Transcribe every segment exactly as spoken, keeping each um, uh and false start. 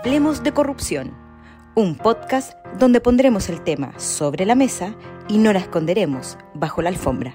Hablemos de corrupción, un podcast donde pondremos el tema sobre la mesa y no la esconderemos bajo la alfombra.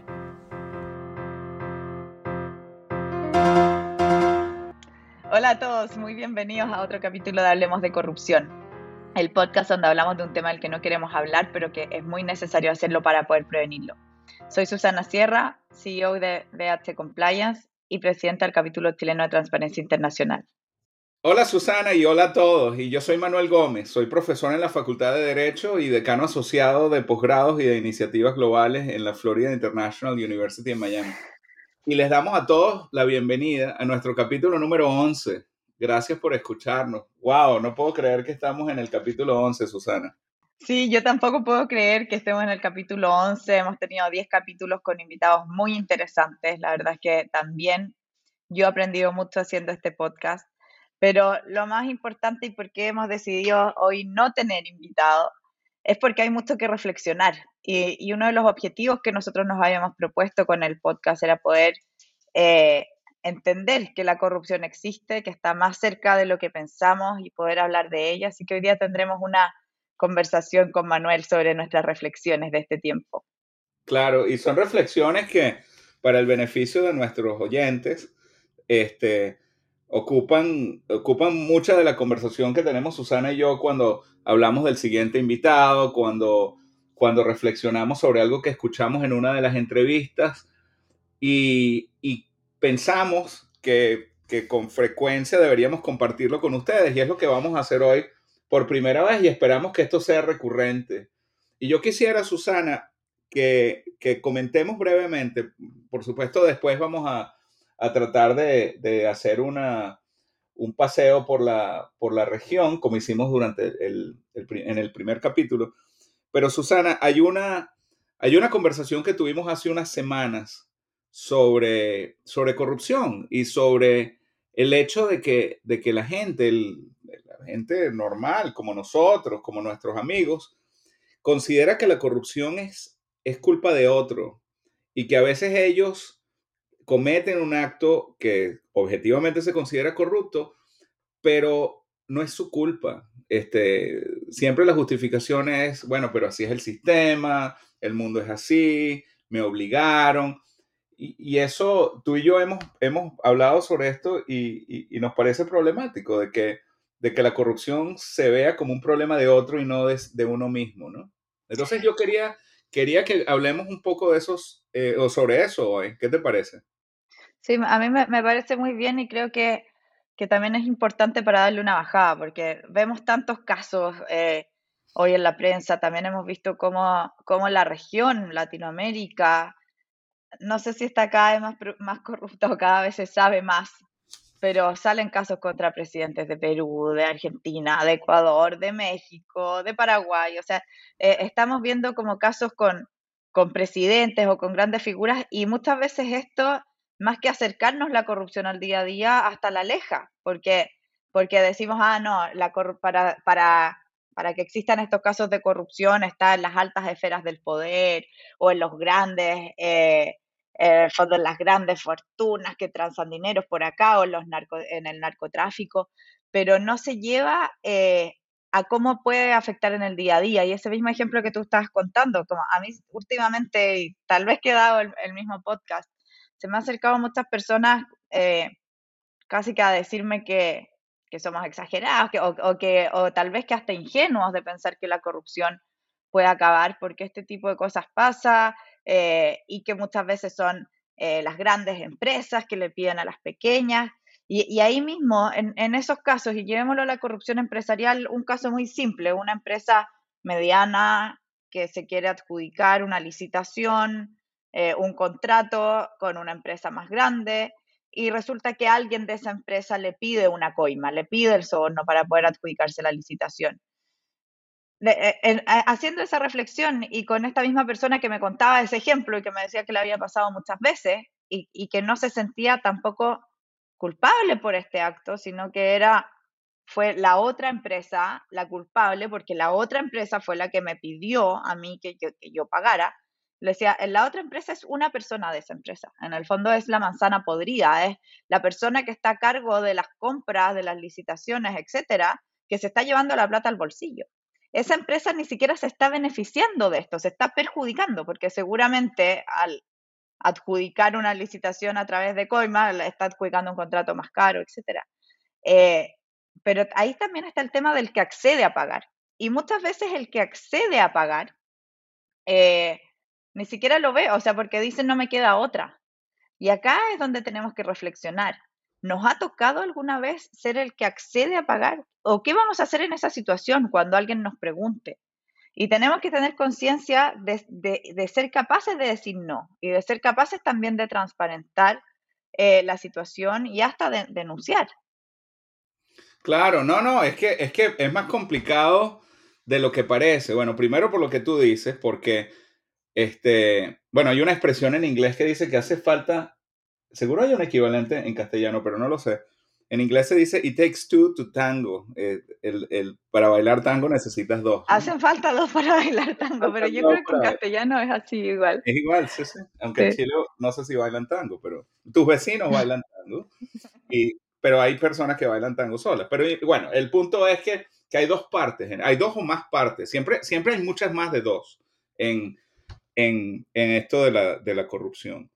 Hola a todos, muy bienvenidos a otro capítulo de Hablemos de Corrupción, el podcast donde hablamos de un tema del que no queremos hablar, pero que es muy necesario hacerlo para poder prevenirlo. Soy Susana Sierra, C E O de B H Compliance y presidenta del capítulo chileno de Transparencia Internacional. Hola Susana y hola a todos, y yo soy Manuel Gómez, soy profesor en la Facultad de Derecho y decano asociado de posgrados y de iniciativas globales en la Florida International University en Miami. Y les damos a todos la bienvenida a nuestro capítulo número once. Gracias por escucharnos. Wow, no puedo creer que estamos en el capítulo once, Susana. Sí, yo tampoco puedo creer que estemos en el capítulo once, hemos tenido diez capítulos con invitados muy interesantes, la verdad es que también yo he aprendido mucho haciendo este podcast. Pero lo más importante y por qué hemos decidido hoy no tener invitados es porque hay mucho que reflexionar. Y, y uno de los objetivos que nosotros nos habíamos propuesto con el podcast era poder eh, entender que la corrupción existe, que está más cerca de lo que pensamos y poder hablar de ella. Así que hoy día tendremos una conversación con Manuel sobre nuestras reflexiones de este tiempo. Claro, y son reflexiones que para el beneficio de nuestros oyentes, este... Ocupan, ocupan mucha de la conversación que tenemos Susana y yo cuando hablamos del siguiente invitado, cuando, cuando reflexionamos sobre algo que escuchamos en una de las entrevistas y, y pensamos que, que con frecuencia deberíamos compartirlo con ustedes y es lo que vamos a hacer hoy por primera vez y esperamos que esto sea recurrente. Y yo quisiera, Susana, que, que comentemos brevemente, por supuesto después vamos a a tratar de, de hacer una, un paseo por la, por la región, como hicimos durante el, el, en el primer capítulo. Pero Susana, hay una, hay una conversación que tuvimos hace unas semanas sobre, sobre corrupción y sobre el hecho de que, de que la gente, el, la gente normal, como nosotros, como nuestros amigos, considera que la corrupción es, es culpa de otro y que a veces ellos cometen un acto que objetivamente se considera corrupto, pero no es su culpa. Este, siempre la justificación es, bueno, pero así es el sistema, el mundo es así, me obligaron. Y, y eso, tú y yo hemos, hemos hablado sobre esto y, y, y nos parece problemático de que, de que la corrupción se vea como un problema de otro y no de, de uno mismo, ¿no? Entonces yo quería, quería que hablemos un poco de esos, eh, o sobre eso hoy. ¿Qué te parece? Sí, a mí me, me parece muy bien y creo que, que también es importante para darle una bajada, porque vemos tantos casos eh, hoy en la prensa, también hemos visto cómo, cómo la región, Latinoamérica, no sé si está cada vez más, más corrupta o cada vez se sabe más, pero salen casos contra presidentes de Perú, de Argentina, de Ecuador, de México, de Paraguay, o sea, eh, estamos viendo como casos con, con presidentes o con grandes figuras y muchas veces esto, más que acercarnos la corrupción al día a día, hasta la aleja, porque, porque decimos, ah, no, la para, para, para que existan estos casos de corrupción está en las altas esferas del poder o en los grandes... Eh, en el fondo las grandes fortunas que transan dineros por acá o en, los narco, en el narcotráfico, pero no se lleva eh, a cómo puede afectar en el día a día. Y ese mismo ejemplo que tú estabas contando, como a mí últimamente, y tal vez que he dado el, el mismo podcast, se me han acercado muchas personas eh, casi que a decirme que, que somos exagerados que, o, o, que, o tal vez que hasta ingenuos de pensar que la corrupción puede acabar porque este tipo de cosas pasa eh, y que muchas veces son eh, las grandes empresas que le piden a las pequeñas. Y, y ahí mismo, en, en esos casos, y llevémoslo a la corrupción empresarial, un caso muy simple, una empresa mediana que se quiere adjudicar una licitación, eh, un contrato con una empresa más grande, y resulta que alguien de esa empresa le pide una coima, le pide el soborno para poder adjudicarse la licitación. Le, eh, haciendo esa reflexión y con esta misma persona que me contaba ese ejemplo y que me decía que le había pasado muchas veces y, y que no se sentía tampoco culpable por este acto, sino que era, fue la otra empresa la culpable porque la otra empresa fue la que me pidió a mí que yo, que yo pagara. Le decía, la otra empresa es una persona de esa empresa, en el fondo es la manzana podrida, es la persona que está a cargo de las compras, de las licitaciones, etcétera, que se está llevando la plata al bolsillo. Esa empresa ni siquiera se está beneficiando de esto, se está perjudicando, porque seguramente al adjudicar una licitación a través de Coima, está adjudicando un contrato más caro, etcétera. Eh, pero ahí también está el tema del que accede a pagar. Y muchas veces el que accede a pagar eh, ni siquiera lo ve, o sea, porque dicen no me queda otra. Y acá es donde tenemos que reflexionar. ¿Nos ha tocado alguna vez ser el que accede a pagar? ¿O qué vamos a hacer en esa situación cuando alguien nos pregunte? Y tenemos que tener conciencia de, de, de ser capaces de decir no y de ser capaces también de transparentar eh, la situación y hasta de denunciar. Claro, no, no, es que, es que es más complicado de lo que parece. Bueno, primero por lo que tú dices, porque, este, bueno, hay una expresión en inglés que dice que hace falta, seguro hay un equivalente en castellano, pero no lo sé. En inglés se dice, it takes two to tango. Eh, el, el, para bailar tango necesitas dos, ¿no? Hacen falta dos para bailar tango, pero yo creo que en castellano es así igual. Es igual, sí, sí. Aunque sí. En Chile no sé si bailan tango, pero tus vecinos bailan tango. Y, pero hay personas que bailan tango solas. Pero bueno, el punto es que, que hay dos partes, hay dos o más partes. Siempre, siempre hay muchas más de dos en, en, en esto de la, de la corrupción.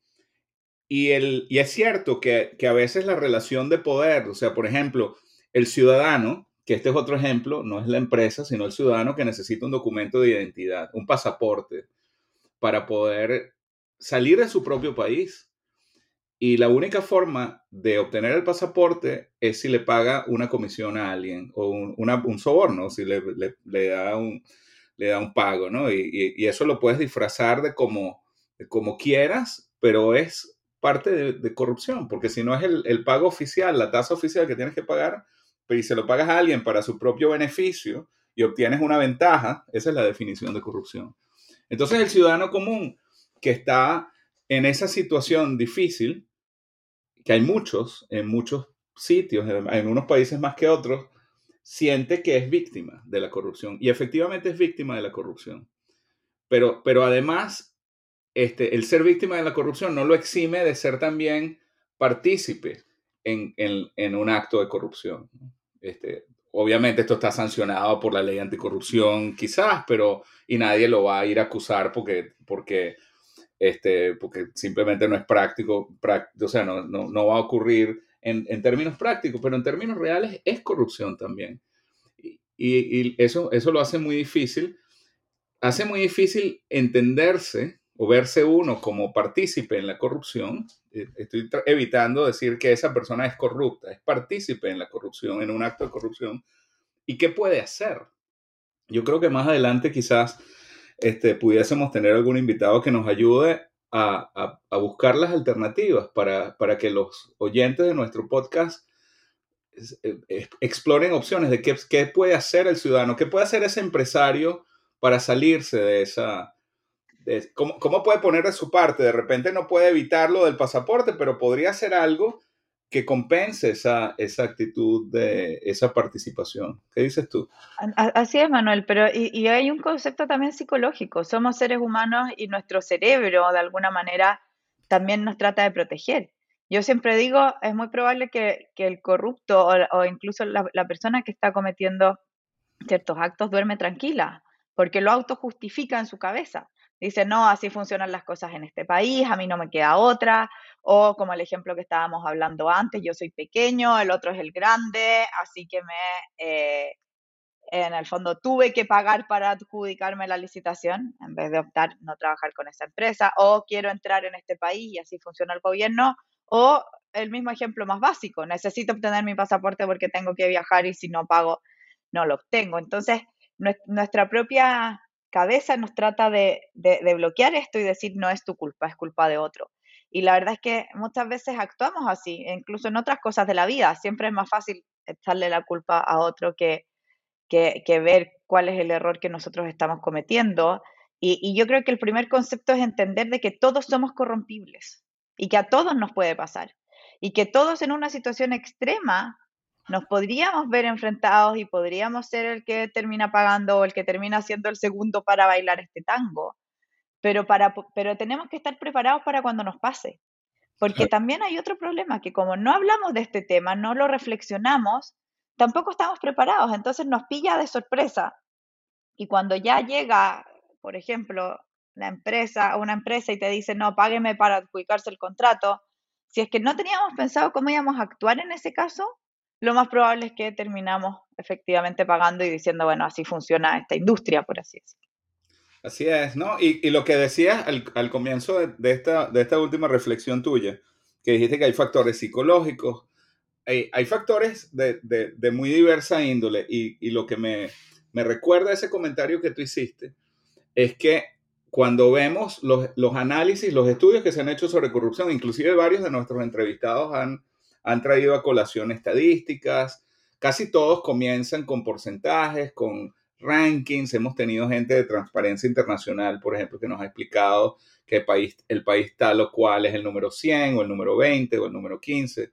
Y, el, y es cierto que, que a veces la relación de poder, o sea, por ejemplo, el ciudadano, que este es otro ejemplo, no es la empresa, sino el ciudadano que necesita un documento de identidad, un pasaporte, para poder salir de su propio país. Y la única forma de obtener el pasaporte es si le paga una comisión a alguien o un, una, un soborno, si le, le, le, da un, le da un pago, ¿no? Y, y, y eso lo puedes disfrazar de como, de como quieras, pero es parte de, de corrupción, porque si no es el, el pago oficial, la tasa oficial que tienes que pagar, pero y se lo pagas a alguien para su propio beneficio y obtienes una ventaja, esa es la definición de corrupción. Entonces el ciudadano común que está en esa situación difícil, que hay muchos, en muchos sitios, en unos países más que otros, siente que es víctima de la corrupción. Y efectivamente es víctima de la corrupción. Pero, pero además, este, el ser víctima de la corrupción no lo exime de ser también partícipe en, en, en un acto de corrupción. Este, obviamente esto está sancionado por la ley anticorrupción, quizás, pero y nadie lo va a ir a acusar porque... porque Este, porque simplemente no es práctico, práctico o sea, no, no, no va a ocurrir en, en términos prácticos, pero en términos reales es corrupción también. Y, y eso, eso lo hace muy difícil, hace muy difícil entenderse o verse uno como partícipe en la corrupción. Estoy evitando decir que esa persona es corrupta, es partícipe en la corrupción, en un acto de corrupción. ¿Y qué puede hacer? Yo creo que más adelante quizás Este, pudiésemos tener algún invitado que nos ayude a, a, a buscar las alternativas para, para que los oyentes de nuestro podcast es, es, exploren opciones de qué, qué puede hacer el ciudadano, qué puede hacer ese empresario para salirse de esa... De, ¿cómo, ¿Cómo puede poner de su parte? De repente no puede evitar lo del pasaporte, pero podría hacer algo que compense esa, esa actitud de esa participación. ¿Qué dices tú? Así es, Manuel, pero y, y hay un concepto también psicológico. Somos seres humanos y nuestro cerebro, de alguna manera, también nos trata de proteger. Yo siempre digo, es muy probable que, que el corrupto o, o incluso la, la persona que está cometiendo ciertos actos duerme tranquila, porque lo autojustifica en su cabeza. Dice, no, así funcionan las cosas en este país, a mí no me queda otra, o como el ejemplo que estábamos hablando antes, yo soy pequeño, el otro es el grande, así que me, eh, en el fondo tuve que pagar para adjudicarme la licitación, en vez de optar no trabajar con esa empresa, o quiero entrar en este país y así funciona el gobierno, o el mismo ejemplo más básico, necesito obtener mi pasaporte porque tengo que viajar y si no pago, no lo obtengo. Entonces, nuestra propia cabeza nos trata de, de, de bloquear esto y decir, no es tu culpa, es culpa de otro. Y la verdad es que muchas veces actuamos así, incluso en otras cosas de la vida. Siempre es más fácil echarle la culpa a otro que, que, que ver cuál es el error que nosotros estamos cometiendo. Y, y yo creo que el primer concepto es entender de que todos somos corrompibles y que a todos nos puede pasar. Y que todos en una situación extrema nos podríamos ver enfrentados y podríamos ser el que termina pagando o el que termina siendo el segundo para bailar este tango. Pero, para, pero tenemos que estar preparados para cuando nos pase. Porque también hay otro problema, que como no hablamos de este tema, no lo reflexionamos, tampoco estamos preparados, entonces nos pilla de sorpresa. Y cuando ya llega, por ejemplo, la empresa, una empresa y te dice, no, págueme para adjudicarse el contrato, si es que no teníamos pensado cómo íbamos a actuar en ese caso, lo más probable es que terminamos efectivamente pagando y diciendo, bueno, así funciona esta industria, por así decirlo. Así es, ¿no? Y, y lo que decías al, al comienzo de, de esta, de esta última reflexión tuya, que dijiste que hay factores psicológicos, hay, hay factores de, de, de muy diversa índole, y, y lo que me, me recuerda ese comentario que tú hiciste es que cuando vemos los, los análisis, los estudios que se han hecho sobre corrupción, inclusive varios de nuestros entrevistados han, han traído a colación estadísticas, casi todos comienzan con porcentajes, con rankings. Hemos tenido gente de Transparencia Internacional, por ejemplo, que nos ha explicado que el país, el país tal o cual es el número cien o el número veinte o el número quince.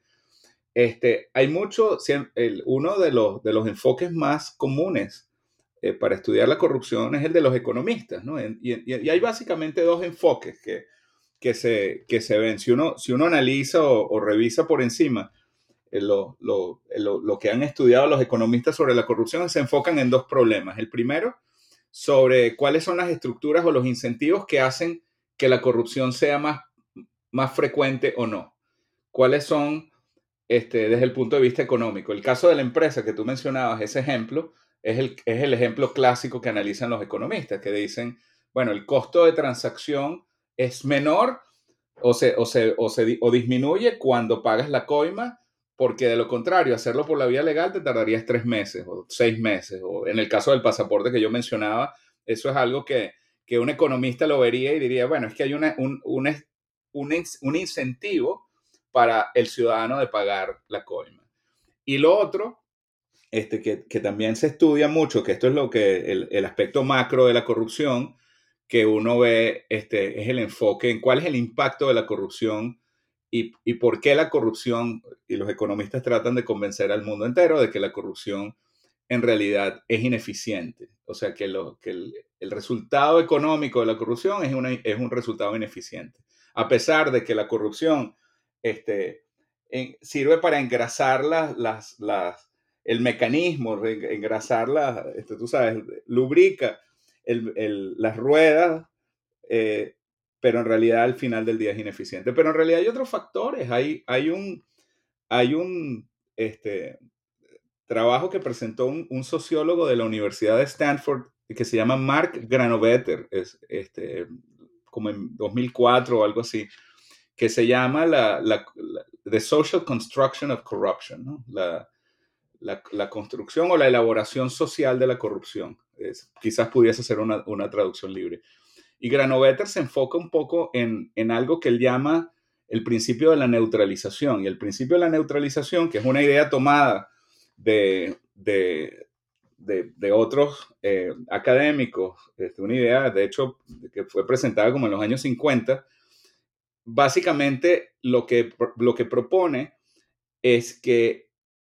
Este, hay mucho, el, uno de los, de los enfoques más comunes eh, para estudiar la corrupción es el de los economistas, ¿no? Y, y, y hay básicamente dos enfoques que, que, se, que se ven. Si uno, si uno analiza o, o revisa por encima eh, lo, lo, lo, lo que han estudiado los economistas sobre la corrupción, se enfocan en dos problemas. El primero, sobre cuáles son las estructuras o los incentivos que hacen que la corrupción sea más, más frecuente o no. ¿Cuáles son Este, desde el punto de vista económico? El caso de la empresa que tú mencionabas, ese ejemplo, es el, es el ejemplo clásico que analizan los economistas, que dicen, bueno, el costo de transacción es menor o, se, o, se, o, se, o disminuye cuando pagas la coima, porque de lo contrario, hacerlo por la vía legal te tardarías tres meses o seis meses. O en el caso del pasaporte que yo mencionaba, eso es algo que, que un economista lo vería y diría, bueno, es que hay una, un, un, un, un incentivo para el ciudadano de pagar la coima. Y lo otro, este, que, que también se estudia mucho, que esto es lo que el, el aspecto macro de la corrupción, que uno ve, este, es el enfoque en cuál es el impacto de la corrupción y, y por qué la corrupción, y los economistas tratan de convencer al mundo entero de que la corrupción en realidad es ineficiente. O sea, que, lo, que el, el resultado económico de la corrupción es, una, es un resultado ineficiente. A pesar de que la corrupción este, en, sirve para engrasar las, las, las, el mecanismo, engrasar las, este, tú sabes, lubrica el, el, las ruedas, eh, pero en realidad al final del día es ineficiente. Pero en realidad hay otros factores. Hay, hay un, hay un este, trabajo que presentó un, un sociólogo de la Universidad de Stanford que se llama Mark Granovetter, es, este, como en dos mil cuatro o algo así, que se llama la, la, la The Social Construction of Corruption, ¿no? La, la, la construcción o la elaboración social de la corrupción. Es, quizás pudiese ser una, una traducción libre. Y Granovetter se enfoca un poco en, en algo que él llama el principio de la neutralización. Y el principio de la neutralización, que es una idea tomada de, de, de, de otros eh, académicos, este, una idea, de hecho, que fue presentada como en los años cincuenta, básicamente lo que, lo que propone es que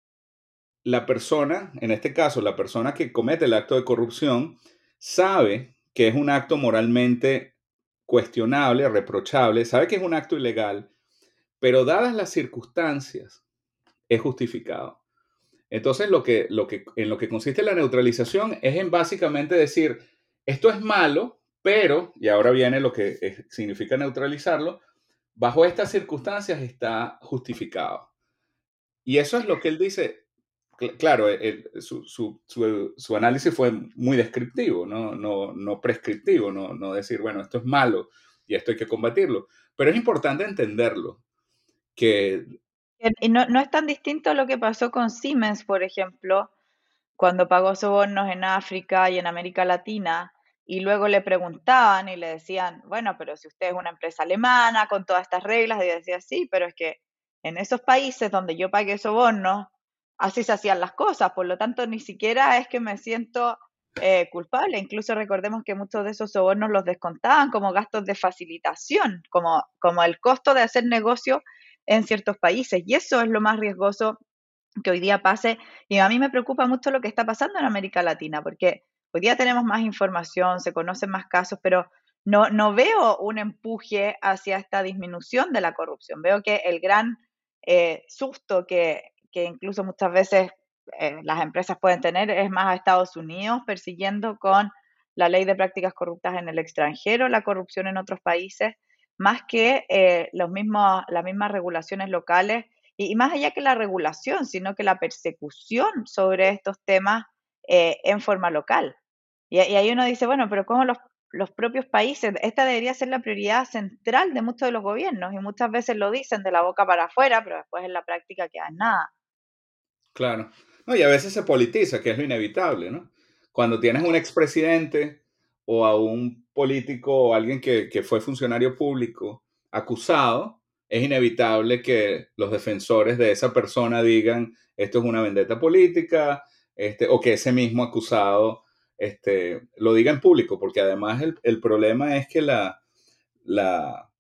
la persona, en este caso, la persona que comete el acto de corrupción, sabe que es un acto moralmente cuestionable, reprochable, sabe que es un acto ilegal, pero dadas las circunstancias, es justificado. Entonces, lo que, lo que, en lo que consiste la neutralización es en básicamente decir, esto es malo, pero, y ahora viene lo que es, significa neutralizarlo, bajo estas circunstancias está justificado. Y eso es lo que él dice. Claro, el, su, su, su, su análisis fue muy descriptivo, no, no, no prescriptivo, no, no decir, bueno, esto es malo y esto hay que combatirlo. Pero es importante entenderlo. Que... Y no, no es tan distinto a lo que pasó con Siemens, por ejemplo, cuando pagó sobornos en África y en América Latina, y luego le preguntaban y le decían, bueno, pero si usted es una empresa alemana con todas estas reglas, y decía, sí, pero es que en esos países donde yo pagué sobornos, así se hacían las cosas, por lo tanto, ni siquiera es que me siento eh, culpable. Incluso recordemos que muchos de esos sobornos los descontaban como gastos de facilitación, como, como el costo de hacer negocio en ciertos países, y eso es lo más riesgoso que hoy día pase, y a mí me preocupa mucho lo que está pasando en América Latina, porque hoy día tenemos más información, se conocen más casos, pero no, no veo un empuje hacia esta disminución de la corrupción. Veo que el gran eh, susto que, que incluso muchas veces eh, las empresas pueden tener es más a Estados Unidos persiguiendo con la ley de prácticas corruptas en el extranjero, la corrupción en otros países, más que eh, los mismos, las mismas regulaciones locales, y, y, más allá que la regulación, sino que la persecución sobre estos temas eh, en forma local. Y, y ahí uno dice, bueno, pero ¿cómo los, los propios países? Esta debería ser la prioridad central de muchos de los gobiernos, y muchas veces lo dicen de la boca para afuera, pero después en la práctica queda en nada. Claro. No, y a veces se politiza, que es lo inevitable, ¿no? Cuando tienes un expresidente o a un político o alguien que, que fue funcionario público acusado, es inevitable que los defensores de esa persona digan esto es una vendetta política, este, o que ese mismo acusado este, lo diga en público, porque además el, el problema es que la, la,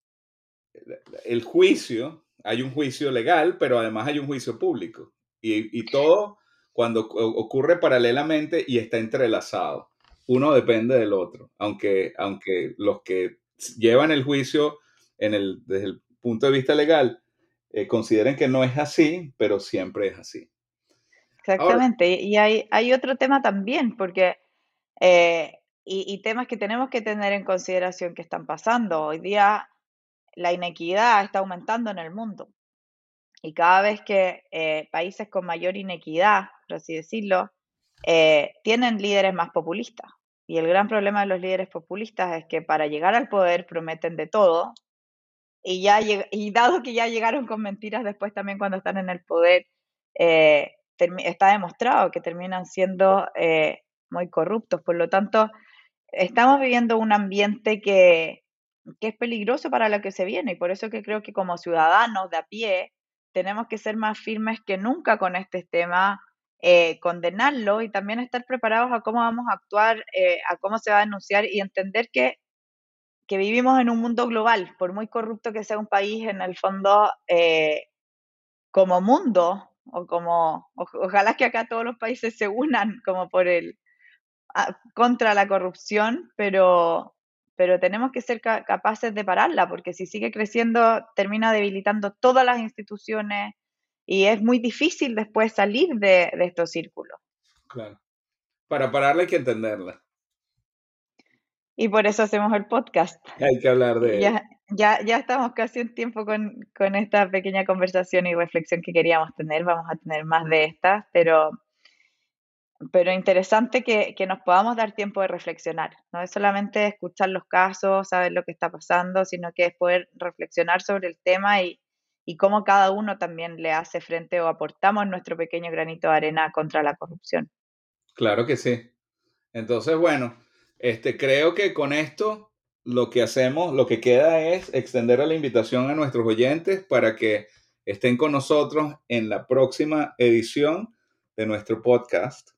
el juicio, hay un juicio legal, pero además hay un juicio público. Y, y todo cuando ocurre paralelamente y está entrelazado. Uno depende del otro. Aunque, aunque los que llevan el juicio en el, desde el punto de vista legal eh, consideren que no es así, pero siempre es así. Exactamente. Ahora, y hay, hay otro tema también, porque eh, y, y temas que tenemos que tener en consideración que están pasando. Hoy día la inequidad está aumentando en el mundo. Y cada vez que eh, países con mayor inequidad, por así decirlo, eh, tienen líderes más populistas. Y el gran problema de los líderes populistas es que para llegar al poder prometen de todo, y, ya y dado que ya llegaron con mentiras después también cuando están en el poder, eh, está demostrado que terminan siendo eh, muy corruptos. Por lo tanto, estamos viviendo un ambiente que, que es peligroso para lo que se viene, y por eso que creo que como ciudadanos de a pie tenemos que ser más firmes que nunca con este tema, eh, condenarlo y también estar preparados a cómo vamos a actuar, eh, a cómo se va a denunciar, y entender que, que vivimos en un mundo global. Por muy corrupto que sea un país, en el fondo, eh, como mundo, o como, o, ojalá que acá todos los países se unan como por el, a, contra la corrupción, pero, pero tenemos que ser ca capaces de pararla, porque si sigue creciendo termina debilitando todas las instituciones y es muy difícil después salir de, de estos círculos. Claro. Para pararla hay que entenderla. Y por eso hacemos el podcast. Hay que hablar de ya, él. ya, ya estamos casi un tiempo con, con esta pequeña conversación y reflexión que queríamos tener. Vamos a tener más de estas, pero pero interesante que, que nos podamos dar tiempo de reflexionar. No es solamente escuchar los casos, saber lo que está pasando, sino que es poder reflexionar sobre el tema y, y cómo cada uno también le hace frente o aportamos nuestro pequeño granito de arena contra la corrupción. Claro que sí. Entonces, bueno, este, creo que con esto lo que hacemos, lo que queda es extender la invitación a nuestros oyentes para que estén con nosotros en la próxima edición de nuestro podcast.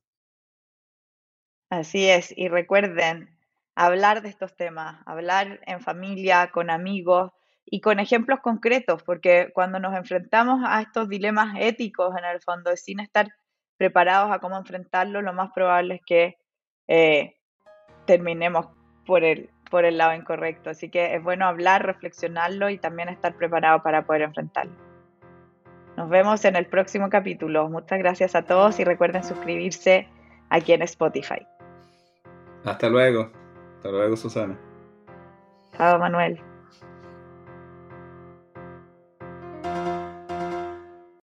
Así es, y recuerden hablar de estos temas, hablar en familia, con amigos y con ejemplos concretos, porque cuando nos enfrentamos a estos dilemas éticos, en el fondo, sin estar preparados a cómo enfrentarlo, lo más probable es que eh, terminemos por el, por el lado incorrecto. Así que es bueno hablar, reflexionarlo y también estar preparado para poder enfrentarlo. Nos vemos en el próximo capítulo. Muchas gracias a todos y recuerden suscribirse aquí en Spotify. Hasta luego. Hasta luego, Susana. Chao, Manuel.